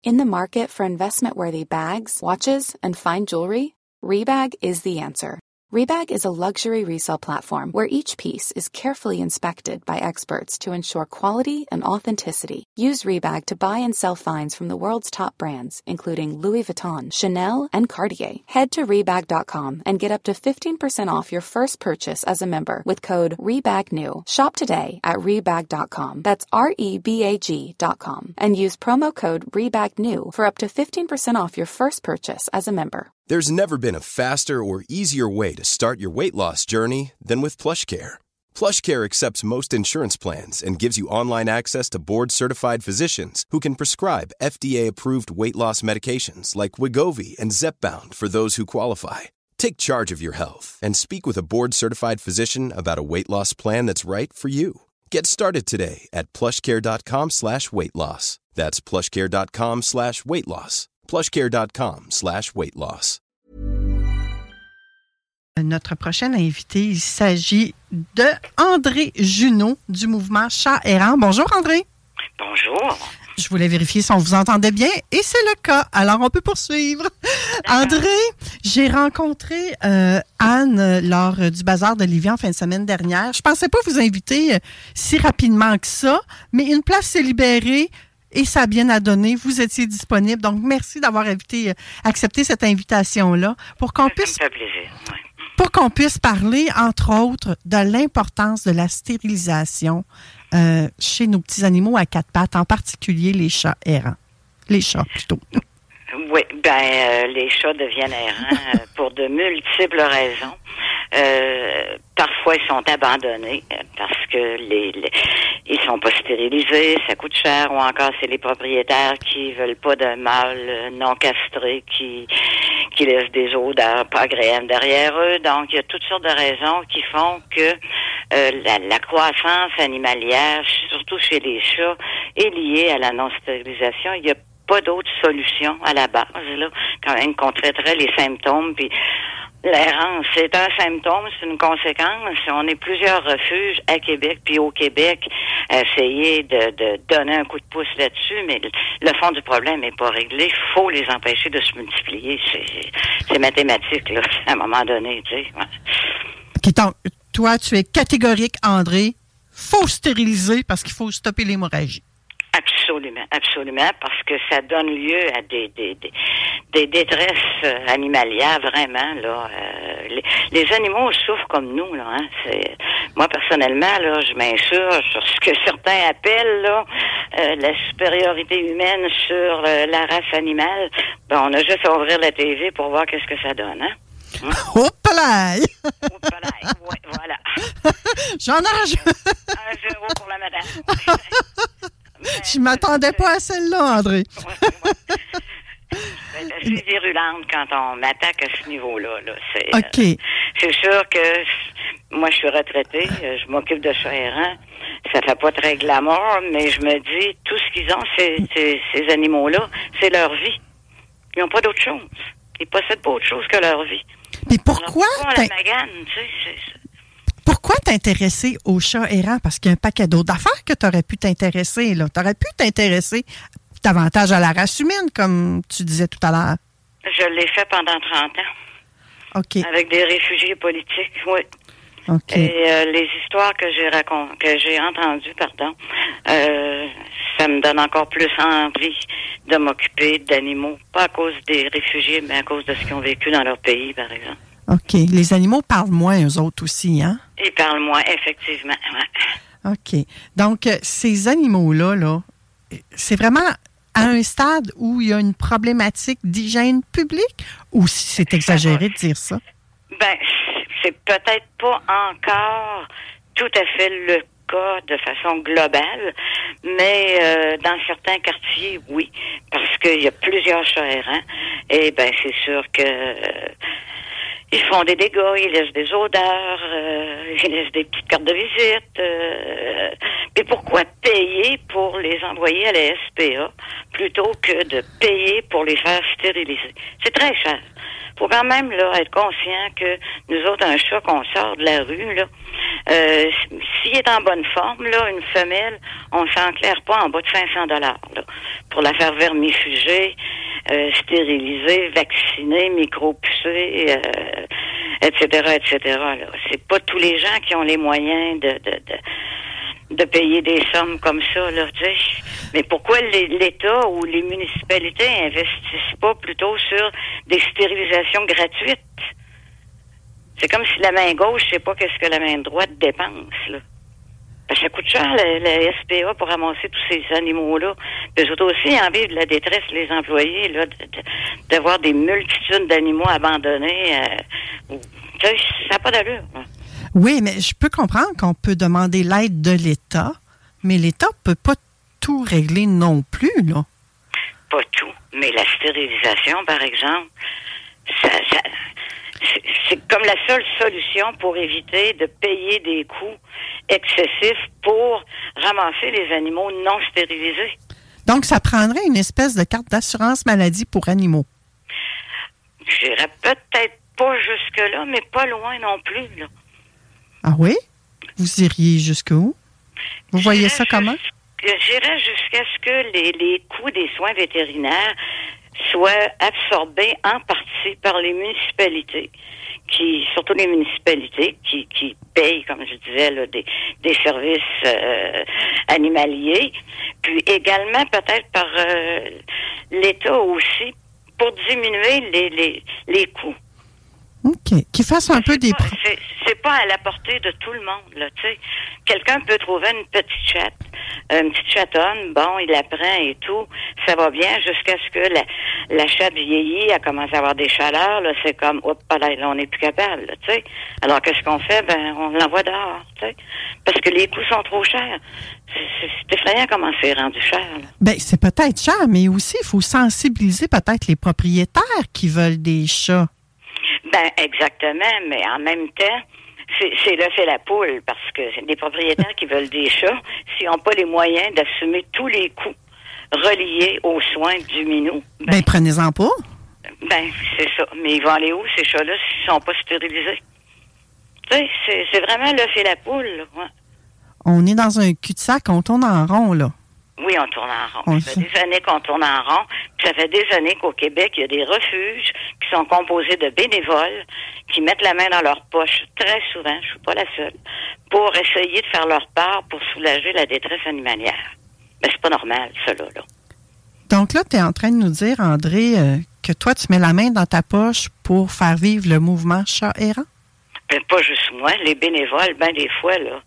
In the market for investment-worthy bags, watches, and fine jewelry, Rebag is the answer. Rebag is a luxury resale platform where each piece is carefully inspected by experts to ensure quality and authenticity. Use Rebag to buy and sell finds from the world's top brands, including Louis Vuitton, Chanel, and Cartier. Head to Rebag.com and get up to 15% off your first purchase as a member with code REBAGNEW. Shop today at Rebag.com. That's REBAG.com. And use promo code REBAGNEW for up to 15% off your first purchase as a member. There's never been a faster or easier way to start your weight loss journey than with PlushCare. PlushCare accepts most insurance plans and gives you online access to board-certified physicians who can prescribe FDA-approved weight loss medications like Wegovy and Zepbound for those who qualify. Take charge of your health and speak with a board-certified physician about a weight loss plan that's right for you. Get started today at plushcare.com/weight-loss. That's plushcare.com/weight-loss. plushcare.com/weight-loss. Notre prochain invité, il s'agit de André Junot du mouvement Chat Errant. Bonjour André. Bonjour. Je voulais vérifier si on vous entendait bien et c'est le cas. Alors on peut poursuivre. André, j'ai rencontré Anne lors du bazar de Lévis en fin de semaine dernière. Je pensais pas vous inviter si rapidement que ça, mais une place s'est libérée. Et ça a bien à donner. Vous étiez disponible. Donc, merci d'avoir accepté cette invitation-là pour qu'on puisse... Ça me fait plaisir, oui. Pour qu'on puisse parler, entre autres, de l'importance de la stérilisation chez nos petits animaux à quatre pattes, en particulier les chats errants. Les chats, plutôt. Oui, les chats deviennent errants pour de multiples raisons. Parfois, ils sont abandonnés parce que ils sont pas stérilisés, ça coûte cher, ou encore c'est les propriétaires qui veulent pas d'un mâle non castré qui laisse des odeurs pas agréables derrière eux. Donc, il y a toutes sortes de raisons qui font que la croissance animalière, surtout chez les chats, est liée à la non-stérilisation. Il y a pas d'autre solution à la base, là, quand même, qu'on traiterait les symptômes, puis l'errance, c'est un symptôme, c'est une conséquence. On est plusieurs refuges à Québec, puis au Québec, à essayer de donner un coup de pouce là-dessus, mais le fond du problème n'est pas réglé. Il faut les empêcher de se multiplier. C'est mathématique, là, à un moment donné, tu sais. Ouais. Okay, donc, toi, tu es catégorique, André. Faut stériliser parce qu'il faut stopper l'hémorragie. Absolument, parce que ça donne lieu à des détresses animalières, vraiment, là. Les animaux souffrent comme nous, là, hein. Moi, personnellement, là, je m'insurge sur ce que certains appellent, là, la supériorité humaine sur la race animale. On a juste à ouvrir la TV pour voir qu'est-ce que ça donne, hein. Hop-là! Oui, voilà. J'en ai... 1-0 pour la madame. Je m'attendais pas à celle-là, André. Ouais. C'est assez virulente quand on m'attaque à ce niveau-là. Là. OK. C'est sûr que moi, je suis retraitée. Je m'occupe de chats errants. Ça fait pas très glamour, mais je me dis, tout ce qu'ils ont, ces animaux-là, c'est leur vie. Ils n'ont pas d'autre chose. Ils possèdent pas autre chose que leur vie. Mais pourquoi? Pourquoi t'intéresser aux chats errants? Parce qu'il y a un paquet d'autres affaires que tu aurais pu t'intéresser. Tu aurais pu t'intéresser davantage à la race humaine, comme tu disais tout à l'heure. Je l'ai fait pendant 30 ans. OK. Avec des réfugiés politiques, oui. OK. Et les histoires que j'ai entendues, ça me donne encore plus envie de m'occuper d'animaux. Pas à cause des réfugiés, mais à cause de ce qu'ils ont vécu dans leur pays, par exemple. OK. Les animaux parlent moins, eux autres aussi, hein? Ils parlent moins, effectivement. Ouais. OK. Donc, ces animaux-là, là, c'est vraiment à un stade où il y a une problématique d'hygiène publique ou si c'est exagéré de dire ça? Ben, c'est peut-être pas encore tout à fait le cas de façon globale, mais dans certains quartiers, oui, parce qu'il y a plusieurs chats errants et ben c'est sûr que ils font des dégâts, ils laissent des odeurs, ils laissent des petites cartes de visite. Mais pourquoi payer pour les envoyer à la SPA plutôt que de payer pour les faire stériliser? C'est très cher. Faut quand même là être conscient que nous autres, un chat qu'on sort de la rue, là, S'il est en bonne forme, là, une femelle, on s'en claire pas en bas de 500 $, là, pour la faire vermifuger, stériliser, vacciner, micro-pucer, etc., etc., là. C'est pas tous les gens qui ont les moyens de payer des sommes comme ça, là, tu sais. Mais pourquoi l'État ou les municipalités investissent pas plutôt sur des stérilisations gratuites? C'est comme si la main gauche, je sais pas qu'est-ce que la main droite dépense, là. Parce que ça coûte cher, la SPA, pour ramasser tous ces animaux-là. Puis eux autres aussi en vivent de la détresse, les employés, là, d'avoir des multitudes d'animaux abandonnés. Tu sais, ça n'a pas d'allure, hein. Oui, mais je peux comprendre qu'on peut demander l'aide de l'État, mais l'État peut pas tout régler non plus, là. Pas tout, mais la stérilisation, par exemple, c'est comme la seule solution pour éviter de payer des coûts excessifs pour ramasser les animaux non stérilisés. Donc, ça prendrait une espèce de carte d'assurance maladie pour animaux. J'irais peut-être pas jusque-là, mais pas loin non plus, là. Ah oui? Vous iriez jusqu'où? Vous voyez ça comment? J'irais jusqu'à ce que les coûts des soins vétérinaires soient absorbés en partie par les municipalités, surtout les municipalités qui payent, comme je disais, là, des services animaliers, puis également peut-être par l'État aussi, pour diminuer les coûts. OK. Qu'ils fassent un peu des... C'est pas à la portée de tout le monde, là, tu sais. Quelqu'un peut trouver une petite chatte, une petite chatonne, bon, il la prend et tout, ça va bien jusqu'à ce que la chatte vieillit, elle commence à avoir des chaleurs, là, c'est comme, hop, là, on n'est plus capable, là, tu sais. Alors, qu'est-ce qu'on fait? Ben, on l'envoie dehors, tu sais. Parce que les coûts sont trop chers. C'est effrayant comment c'est rendu cher, là. Ben, c'est peut-être cher, mais aussi, il faut sensibiliser peut-être les propriétaires qui veulent des chats. Ben, exactement, mais en même temps, c'est l'œuf et la poule, parce que les propriétaires qui veulent des chats, s'ils n'ont pas les moyens d'assumer tous les coûts reliés aux soins du minou... Ben, prenez-en pas. Ben, c'est ça. Mais ils vont aller où, ces chats-là, s'ils ne sont pas stérilisés? Tu sais, c'est vraiment l'œuf et la poule, là. Ouais. On est dans un cul-de-sac, on tourne en rond, là. Oui, on tourne en rond. Ça fait des années qu'on tourne en rond. Puis ça fait des années qu'au Québec, il y a des refuges qui sont composés de bénévoles qui mettent la main dans leur poche très souvent, je suis pas la seule, pour essayer de faire leur part pour soulager la détresse animalière. Mais c'est pas normal, ça, là. Donc là, tu es en train de nous dire, André, que toi, tu mets la main dans ta poche pour faire vivre le mouvement chat errant? Ben, pas juste moi. Les bénévoles, ben des fois, là...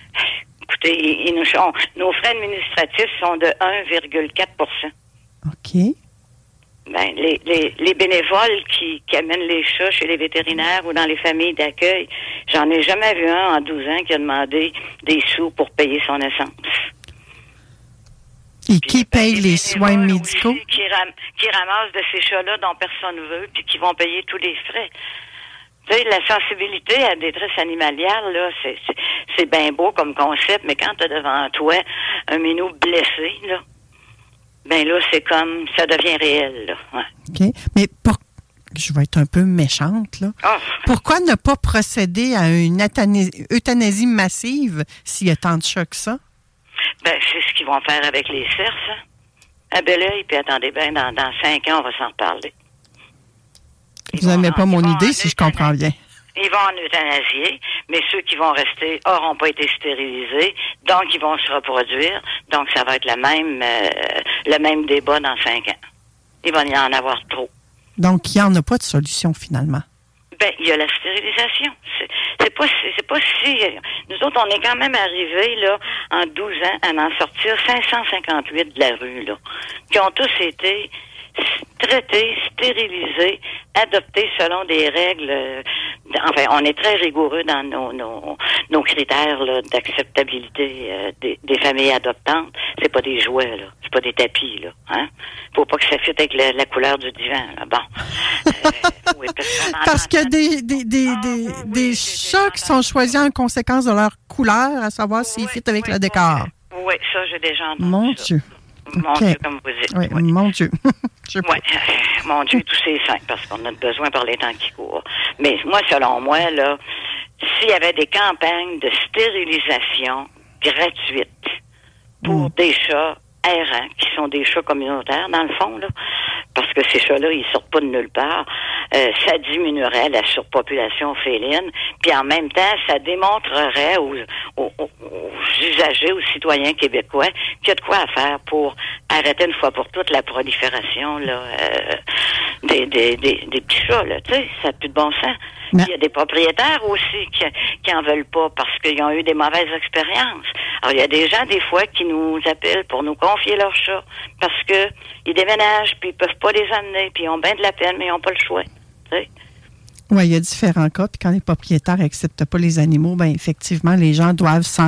Écoutez, nos frais administratifs sont de 1,4 %. OK. Ben, les bénévoles qui amènent les chats chez les vétérinaires ou dans les familles d'accueil, j'en ai jamais vu un en 12 ans qui a demandé des sous pour payer son essence. Et qui paye les soins médicaux? Aussi, qui ramassent de ces chats-là dont personne ne veut, puis qui vont payer tous les frais. Tu sais, la sensibilité à la détresse animalière, là, c'est bien beau comme concept, mais quand tu as devant toi un minou blessé, là, ben là, c'est comme, ça devient réel, là. Ouais. OK. Mais je vais être un peu méchante, là. Oh. Pourquoi ne pas procéder à une euthanasie massive s'il y a tant de chats que ça? Ben, c'est ce qu'ils vont faire avec les cerfs, hein. À bel oeil, puis attendez, ben, dans 5 ans, on va s'en reparler. Vous n'aimez pas mon idée, si je comprends bien. Ils vont en euthanasier, mais ceux qui vont rester n'auront pas été stérilisés, donc ils vont se reproduire. Donc, ça va être le même débat dans 5 ans. Il va y en avoir trop. Donc, il n'y en a pas de solution, finalement. Ben, il y a la stérilisation. C'est pas si... Nous autres, on est quand même arrivés, là, en 12 ans, à en sortir 558 de la rue, là, qui ont tous été traités, stérilisés, adoptés selon des règles. Enfin, on est très rigoureux dans nos critères là, d'acceptabilité des familles adoptantes. C'est pas des jouets, là. C'est pas des tapis, là. Hein? Faut pas que ça fitte avec la couleur du divan, là. Bon. Oui, parce qu'il y a des chats qui sont choisis en conséquence de leur couleur, à savoir s'ils fitent avec le décor. Oui, ça, j'ai déjà entendu. Mon Dieu. Mon Dieu, comme vous dites. Oui, mon Dieu. Mon Dieu, tous ces saints, parce qu'on a besoin par les temps qui courent. Mais moi, selon moi, là, s'il y avait des campagnes de stérilisation gratuites pour des chats errants, qui sont des chats communautaires, dans le fond, là, parce que ces chats-là, ils sortent pas de nulle part, ça diminuerait la surpopulation féline, puis en même temps, ça démontrerait aux usagers, aux citoyens québécois, qu'il y a de quoi à faire pour arrêter une fois pour toutes la prolifération là, des petits chats, là, tu sais, ça n'a plus de bon sens. Il y a des propriétaires aussi qui en veulent pas parce qu'ils ont eu des mauvaises expériences. Alors, il y a des gens, des fois, qui nous appellent pour nous confier leurs chats parce que ils déménagent, puis ils peuvent pas les amener, puis ils ont bien de la peine, mais ils n'ont pas le choix. Oui, il y a différents cas, puis quand les propriétaires n'acceptent pas les animaux, bien, effectivement, les gens doivent s'en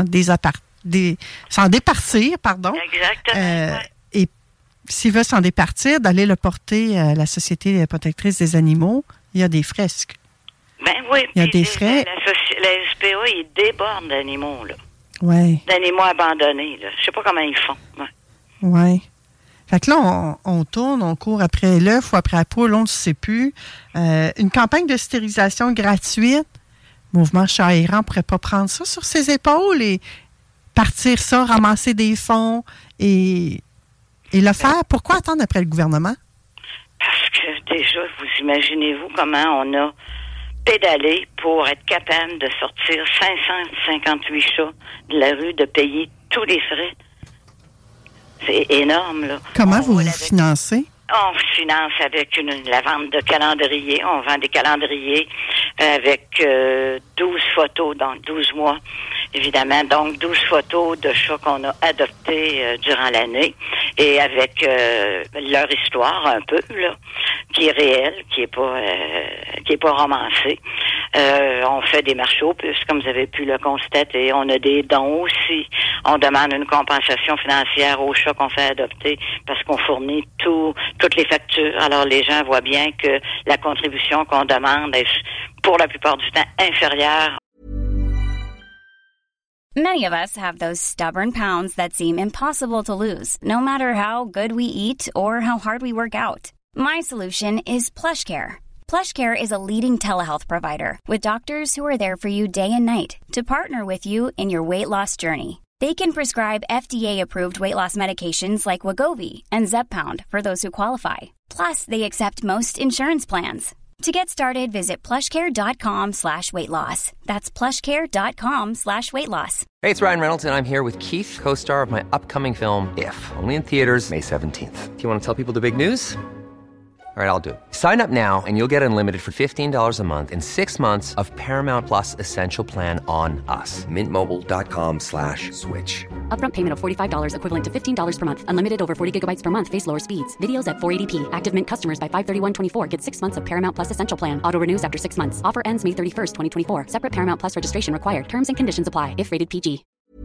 départir, pardon. Exactement. Et s'ils veulent s'en départir, d'aller le porter à la Société protectrice des animaux, il y a des fresques. Ben oui, il y a des frais. La SPA, ils débordent d'animaux, là. Oui. D'animaux abandonnés, là. Je sais pas comment ils font. Oui. Fait que là, on tourne, on court après l'œuf ou après la poule, on ne sait plus. Une campagne de stérilisation gratuite, Mouvement Chat Errant ne pourrait pas prendre ça sur ses épaules et partir ça, ramasser des fonds et le faire. Pourquoi attendre après le gouvernement? Parce que déjà, vous imaginez-vous comment on a pédalé pour être capable de sortir 558 chats de la rue, de payer tous les frais. C'est énorme, là. Comment vous financez? On finance avec la vente de calendriers. On vend des calendriers avec 12 photos dans 12 mois, évidemment. Donc, 12 photos de chats qu'on a adoptés durant l'année et avec leur histoire un peu, là, qui est réelle, qui est pas romancée. On fait des marchés aux puces, comme vous avez pu le constater. On a des dons aussi. On demande une compensation financière aux chats qu'on fait adopter parce qu'on fournit toutes les factures. Alors, les gens voient bien que la contribution qu'on demande est, pour la plupart du temps, inférieure. Many of us have those stubborn pounds that seem impossible to lose, no matter how good we eat or how hard we work out. My solution is PlushCare. PlushCare is a leading telehealth provider with doctors who are there for you day and night to partner with you in your weight loss journey. They can prescribe FDA-approved weight loss medications like Wegovy and Zepbound for those who qualify. Plus, they accept most insurance plans. To get started, visit plushcare.com/weightloss. That's plushcare.com/weightloss. Hey, it's Ryan Reynolds, and I'm here with Keith, co-star of my upcoming film, If, only in theaters May 17th. Do you want to tell people the big news? All right, I'll do it. Sign up now and you'll get unlimited for $15 a month and 6 months of Paramount Plus Essential Plan on us. MintMobile.com/switch. Upfront payment of $45 equivalent to $15 per month. Unlimited over 40 gigabytes per month. Face lower speeds. Videos at 480p. Active Mint customers by 531.24 get 6 months of Paramount Plus Essential Plan. Auto renews after 6 months. Offer ends May 31st, 2024. Separate Paramount Plus registration required. Terms and conditions apply if rated PG.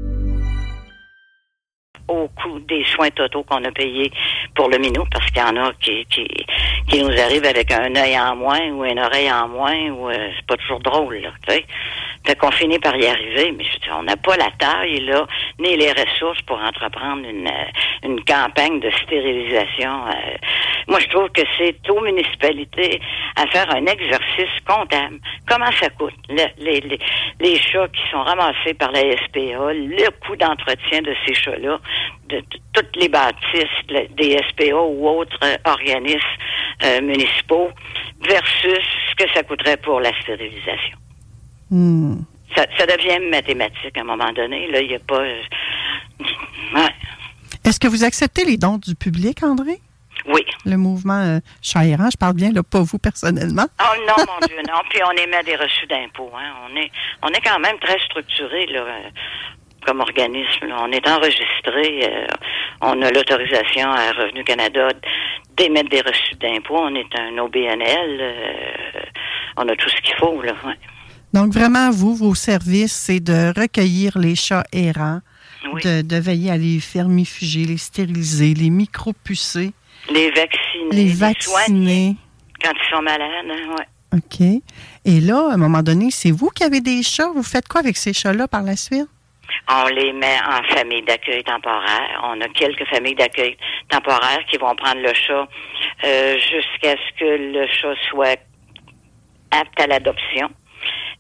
Au coût des soins totaux qu'on a payés pour le minou, parce qu'il y en a qui nous arrivent avec un œil en moins ou une oreille en moins, ou c'est pas toujours drôle, là, tu sais. Fait qu'on finit par y arriver, mais je veux dire, on n'a pas la taille, là, ni les ressources pour entreprendre une campagne de stérilisation. Moi, je trouve que c'est aux municipalités à faire un exercice comptable. Comment ça coûte? Les chats qui sont ramassés par la SPA, le coût d'entretien de ces chats-là, de toutes les bâtisses des SPA ou autres organismes municipaux versus ce que ça coûterait pour la stérilisation. Ça devient mathématique à un moment donné. Là, il n'y a pas... Ouais. Est-ce que vous acceptez les dons du public, André? Oui. Le mouvement Chat Errant, je parle bien, là, pas vous personnellement. Oh non, mon Dieu, non. Puis on émet des reçus d'impôts. Hein. On est quand même très structuré, là, comme organisme. Là. On est enregistré. On a l'autorisation à Revenu Canada d'émettre des reçus d'impôts. On est un OBNL. On a tout ce qu'il faut, là. Ouais. Donc, vraiment, vos services, c'est de recueillir les chats errants, oui. de veiller à les fermifuger, les stériliser, les micropucer. Les vacciner. Les vacciner. Quand ils sont malades, hein, ouais. OK. Et là, à un moment donné, c'est vous qui avez des chats. Vous faites quoi avec ces chats-là par la suite? On les met en famille d'accueil temporaire. On a quelques familles d'accueil temporaires qui vont prendre le chat jusqu'à ce que le chat soit apte à l'adoption.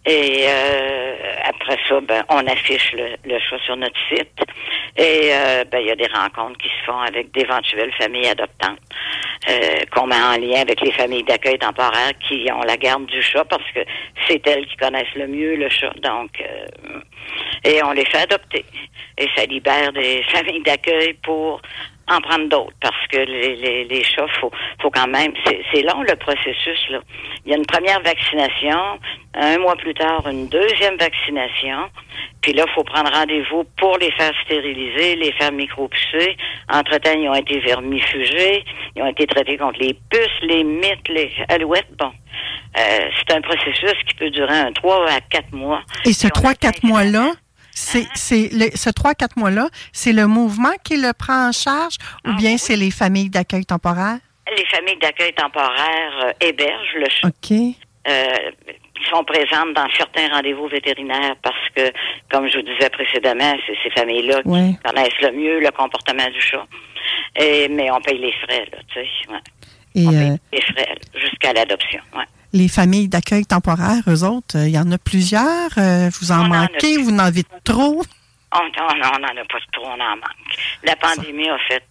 Et après ça, on affiche le chat sur notre site. Et il y a des rencontres qui se font avec d'éventuelles familles adoptantes qu'on met en lien avec les familles d'accueil temporaire qui ont la garde du chat parce que c'est elles qui connaissent le mieux le chat. Donc, et on les fait adopter. Et ça libère des familles d'accueil pour en prendre d'autres parce que les chats, faut quand même, c'est long le processus là. Il y a une première vaccination, 1 mois plus tard une deuxième vaccination, puis là il faut prendre rendez-vous pour les faire stériliser, les faire micropucer. Entre-temps, ils ont été vermifugés, ils ont été traités contre les puces, les mites, les alouettes. Bon, c'est un processus qui peut durer 3 à 4 mois. Et ce 3-4 mois-là, ce 3-4 mois-là, c'est le mouvement qui le prend en charge ou bien c'est les familles d'accueil temporaire? Les familles d'accueil temporaire hébergent le chat. OK. Sont présentes dans certains rendez-vous vétérinaires parce que, comme je vous disais précédemment, c'est ces familles-là qui connaissent le mieux le comportement du chat. Mais on paye les frais, là, tu sais. Ouais. Et on paye les frais jusqu'à l'adoption, ouais. Les familles d'accueil temporaire, eux autres, il y en a plusieurs. Vous en manquez, vous en avez trop? On n'en a pas trop, on en manque. La pandémie a fait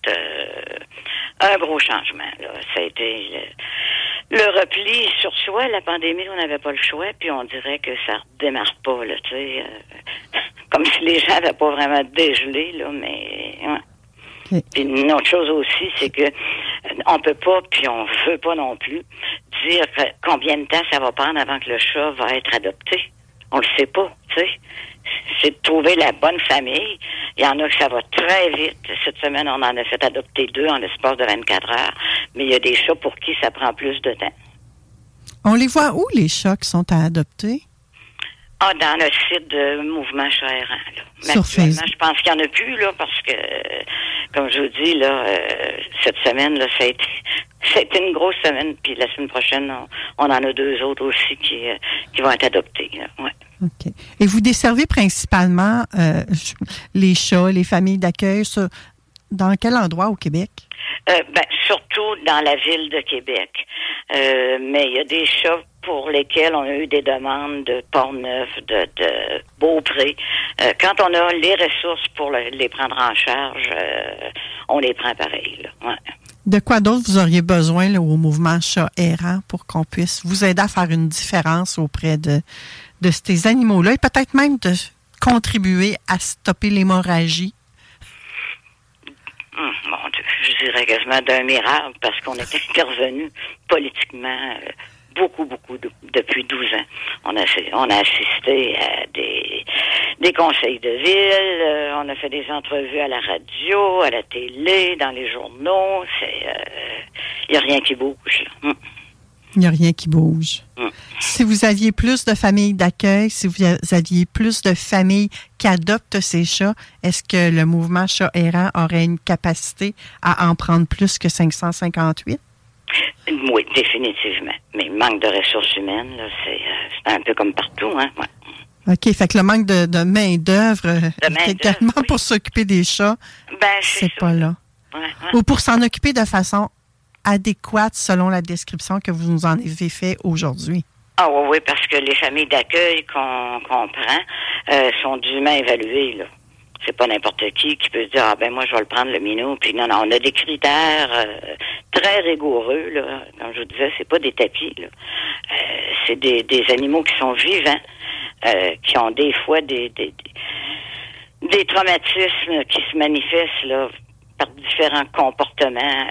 un gros changement. Là. Ça a été le repli sur soi. La pandémie, on n'avait pas le choix, puis on dirait que ça redémarre pas, là, tu sais. Comme si les gens n'avaient pas vraiment dégelé, là, mais... Ouais. Okay. Puis une autre chose aussi, c'est que on peut pas, puis on veut pas non plus, dire combien de temps ça va prendre avant que le chat va être adopté. On le sait pas, tu sais. C'est de trouver la bonne famille. Il y en a que ça va très vite. Cette semaine, on en a fait adopter 2 en l'espace de 24 heures. Mais il y a des chats pour qui ça prend plus de temps. On les voit où, les chats qui sont à adopter? Ah, dans le site de Mouvement Chat Errant, là. Sur Facebook. Je pense qu'il n'y en a plus, là, parce que, comme je vous dis, là, cette semaine, là, ça a été une grosse semaine, puis la semaine prochaine, on en a 2 autres aussi qui vont être adoptés, là. Ouais. OK. Et vous desservez principalement les chats, les familles d'accueil, dans quel endroit au Québec? Surtout dans la ville de Québec. Mais il y a des chats pour lesquels on a eu des demandes de Port-Neuf, de Beaupré. Quand on a les ressources pour les prendre en charge, on les prend pareil, là. Ouais. De quoi d'autre vous auriez besoin là, au mouvement Chat Errant pour qu'on puisse vous aider à faire une différence auprès de ces animaux-là et peut-être même de contribuer à stopper l'hémorragie? Mon Dieu, je dirais quasiment d'un miracle parce qu'on est intervenu politiquement beaucoup depuis 12 ans. On a assisté à des conseils de ville, on a fait des entrevues à la radio, à la télé, dans les journaux. Il n'y a rien qui bouge. Il n'y a rien qui bouge. Si vous aviez plus de familles d'accueil, si vous aviez plus de familles qui adoptent ces chats, est-ce que le mouvement Chat Errant aurait une capacité à en prendre plus que 558? Oui, définitivement. Mais le manque de ressources humaines, là, c'est un peu comme partout, hein. Ouais. OK, fait que le manque de main-d'œuvre également pour s'occuper des chats, c'est pas là. Ouais. Ou pour s'en occuper de façon adéquate selon la description que vous nous en avez fait aujourd'hui. Ah oui, parce que les familles d'accueil qu'on prend sont dûment évaluées, là. C'est pas n'importe qui peut se dire moi je vais le prendre le minou, puis non, on a des critères très rigoureux, là. Comme je vous disais, c'est pas des tapis, là. C'est des animaux qui sont vivants, qui ont des fois des traumatismes qui se manifestent là par différents comportements.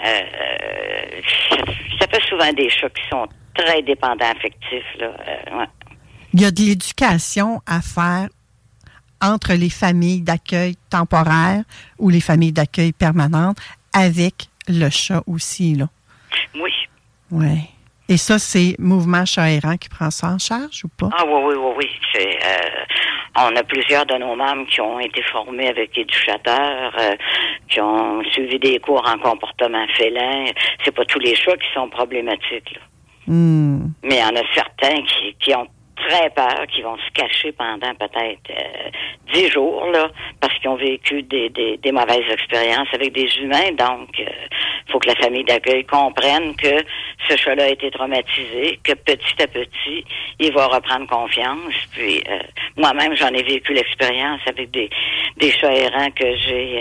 Ça fait souvent des chats qui sont très dépendants affectifs, là. Ouais. Il y a de l'éducation à faire entre les familles d'accueil temporaire ou les familles d'accueil permanentes avec le chat aussi, là. Oui. Oui. Et ça, c'est Mouvement Chat Errant qui prend ça en charge ou pas? Ah oui. On a plusieurs de nos membres qui ont été formés avec éducateurs, qui ont suivi des cours en comportement félin. C'est pas tous les chats qui sont problématiques, là. Mais il y en a certains qui ont très peur, qui vont se cacher pendant peut-être 10 jours, là, parce qu'ils ont vécu des mauvaises expériences avec des humains. Donc, faut que la famille d'accueil comprenne que ce chat-là a été traumatisé, que petit à petit, il va reprendre confiance. Puis, moi-même, j'en ai vécu l'expérience avec des chats errants que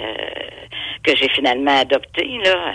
j'ai finalement adoptés, là.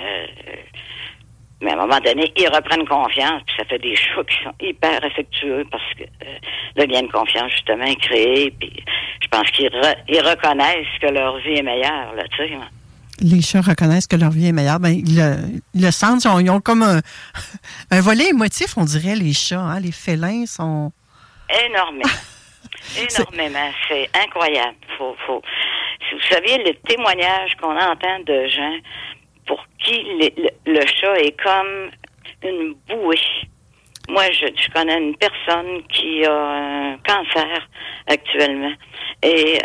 Mais à un moment donné, ils reprennent confiance, puis ça fait des chats qui sont hyper affectueux parce que le lien de confiance, justement, est créé. Puis je pense qu'ils reconnaissent que leur vie est meilleure, là, tu sais. Les chats reconnaissent que leur vie est meilleure. Ben, ils le sentent. Ils ont comme un volet émotif, on dirait, les chats. Hein? Les félins sont... Énormément. Énormément. C'est incroyable. Si vous saviez le témoignage qu'on entend de gens pour qui le chat est comme une bouée. Moi, je connais une personne qui a un cancer actuellement. Et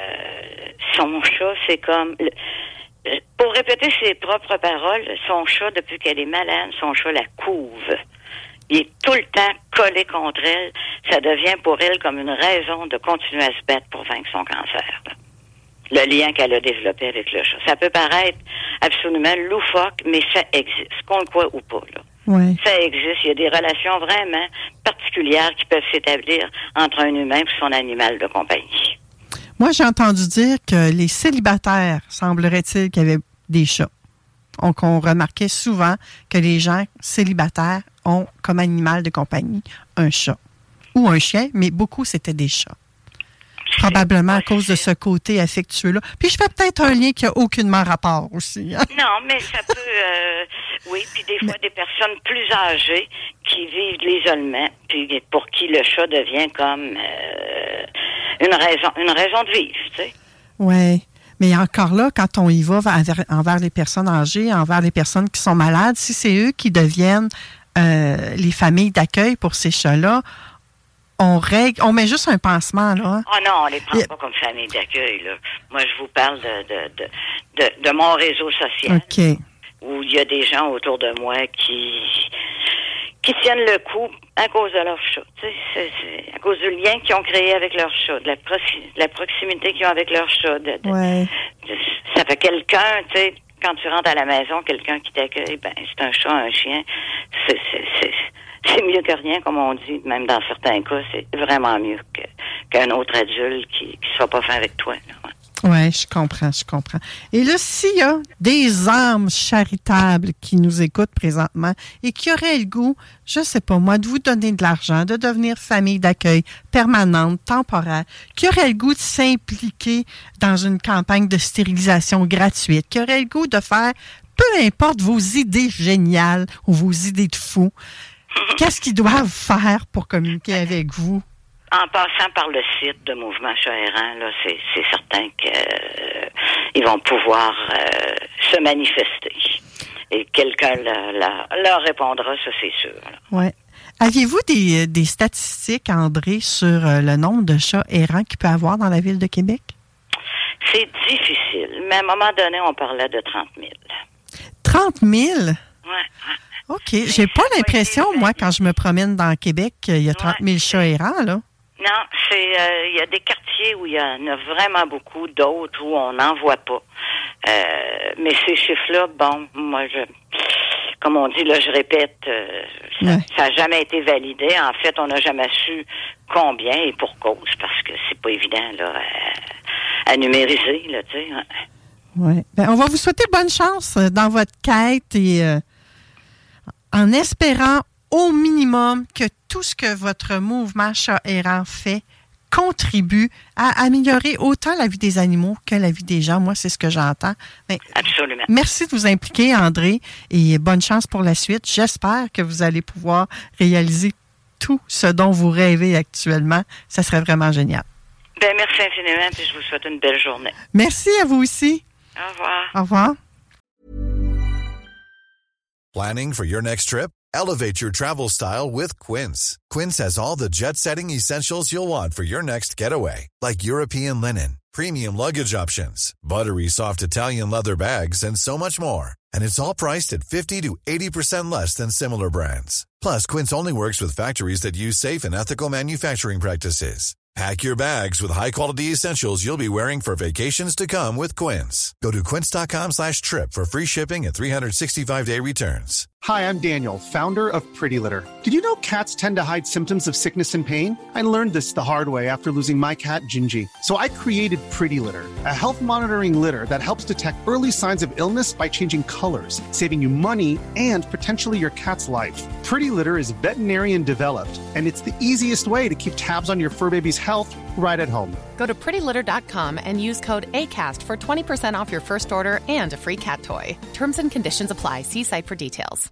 son chat, c'est comme... Pour répéter ses propres paroles, son chat, depuis qu'elle est malade, son chat la couve. Il est tout le temps collé contre elle. Ça devient pour elle comme une raison de continuer à se battre pour vaincre son cancer, là. Le lien qu'elle a développé avec le chat. Ça peut paraître absolument loufoque, mais ça existe, qu'on le croit ou pas, là. Ouais. Ça existe. Il y a des relations vraiment particulières qui peuvent s'établir entre un humain et son animal de compagnie. Moi, j'ai entendu dire que les célibataires, semblerait-il, qu'il y avait des chats. Donc, on remarquait souvent que les gens célibataires ont comme animal de compagnie un chat ou un chien, mais beaucoup, c'était des chats. Probablement à cause de ce côté affectueux-là. Puis je fais peut-être un lien qui n'a aucunement rapport aussi. Hein? Non, mais ça peut... oui, puis des fois, des personnes plus âgées qui vivent de l'isolement, puis pour qui le chat devient comme une raison de vivre, tu sais. Oui. Mais encore là, quand on y va envers les personnes âgées, envers les personnes qui sont malades, si c'est eux qui deviennent les familles d'accueil pour ces chats-là, on met juste un pansement, là. Hein? Oh non, on les prend pas comme famille d'accueil, là. Moi, je vous parle de mon réseau social. OK. Où il y a des gens autour de moi qui tiennent le coup à cause de leur chat. Tu sais, c'est à cause du lien qu'ils ont créé avec leur chat, de la proximité qu'ils ont avec leur chat. Ouais. Ça fait quelqu'un, tu sais, quand tu rentres à la maison, quelqu'un qui t'accueille, ben c'est un chat, un chien. C'est mieux que rien, comme on dit. Même dans certains cas, c'est vraiment mieux qu'un autre adulte qui soit pas fin avec toi. Oui, je comprends. Et là, s'il y a des âmes charitables qui nous écoutent présentement et qui auraient le goût, je sais pas moi, de vous donner de l'argent, de devenir famille d'accueil permanente, temporaire, qui auraient le goût de s'impliquer dans une campagne de stérilisation gratuite, qui auraient le goût de faire, peu importe vos idées géniales ou vos idées de fou, qu'est-ce qu'ils doivent faire pour communiquer avec vous? En passant par le site de Mouvement Chat Errant, là, c'est certain qu'ils vont pouvoir se manifester. Et quelqu'un leur répondra, ça c'est sûr. Oui. Aviez-vous des statistiques, André, sur le nombre de chats errants qu'il peut y avoir dans la ville de Québec? C'est difficile, mais à un moment donné, on parlait de 30 000. 30 000? Oui. OK. J'ai pas l'impression, moi, quand je me promène dans Québec, qu'il y a 30 000 chats errants, là. Non, il y a des quartiers où il y en a vraiment beaucoup, d'autres où on n'en voit pas. Mais ces chiffres-là, bon, moi, comme on dit, là, je répète, ça n'a jamais été validé. En fait, on n'a jamais su combien et pour cause, parce que c'est pas évident, là, à numériser, là, tu sais. Oui. Ben, on va vous souhaiter bonne chance dans votre quête et en espérant au minimum que tout ce que votre mouvement Chat Errant fait contribue à améliorer autant la vie des animaux que la vie des gens. Moi, c'est ce que j'entends. Mais, absolument. Merci de vous impliquer, André, et bonne chance pour la suite. J'espère que vous allez pouvoir réaliser tout ce dont vous rêvez actuellement. Ça serait vraiment génial. Ben, merci infiniment, et je vous souhaite une belle journée. Merci à vous aussi. Au revoir. Au revoir. Planning for your next trip? Elevate your travel style with Quince. Quince has all the jet-setting essentials you'll want for your next getaway, like European linen, premium luggage options, buttery soft Italian leather bags, and so much more. And it's all priced at 50 to 80% less than similar brands. Plus, Quince only works with factories that use safe and ethical manufacturing practices. Pack your bags with high-quality essentials you'll be wearing for vacations to come with Quince. Go to quince.com/trip for free shipping and 365-day returns. Hi, I'm Daniel, founder of Pretty Litter. Did you know cats tend to hide symptoms of sickness and pain? I learned this the hard way after losing my cat, Gingy. So I created Pretty Litter, a health monitoring litter that helps detect early signs of illness by changing colors, saving you money and potentially your cat's life. Pretty Litter is veterinarian developed, and it's the easiest way to keep tabs on your fur baby's health right at home. Go to prettylitter.com and use code ACAST for 20% off your first order and a free cat toy. Terms and conditions apply. See site for details.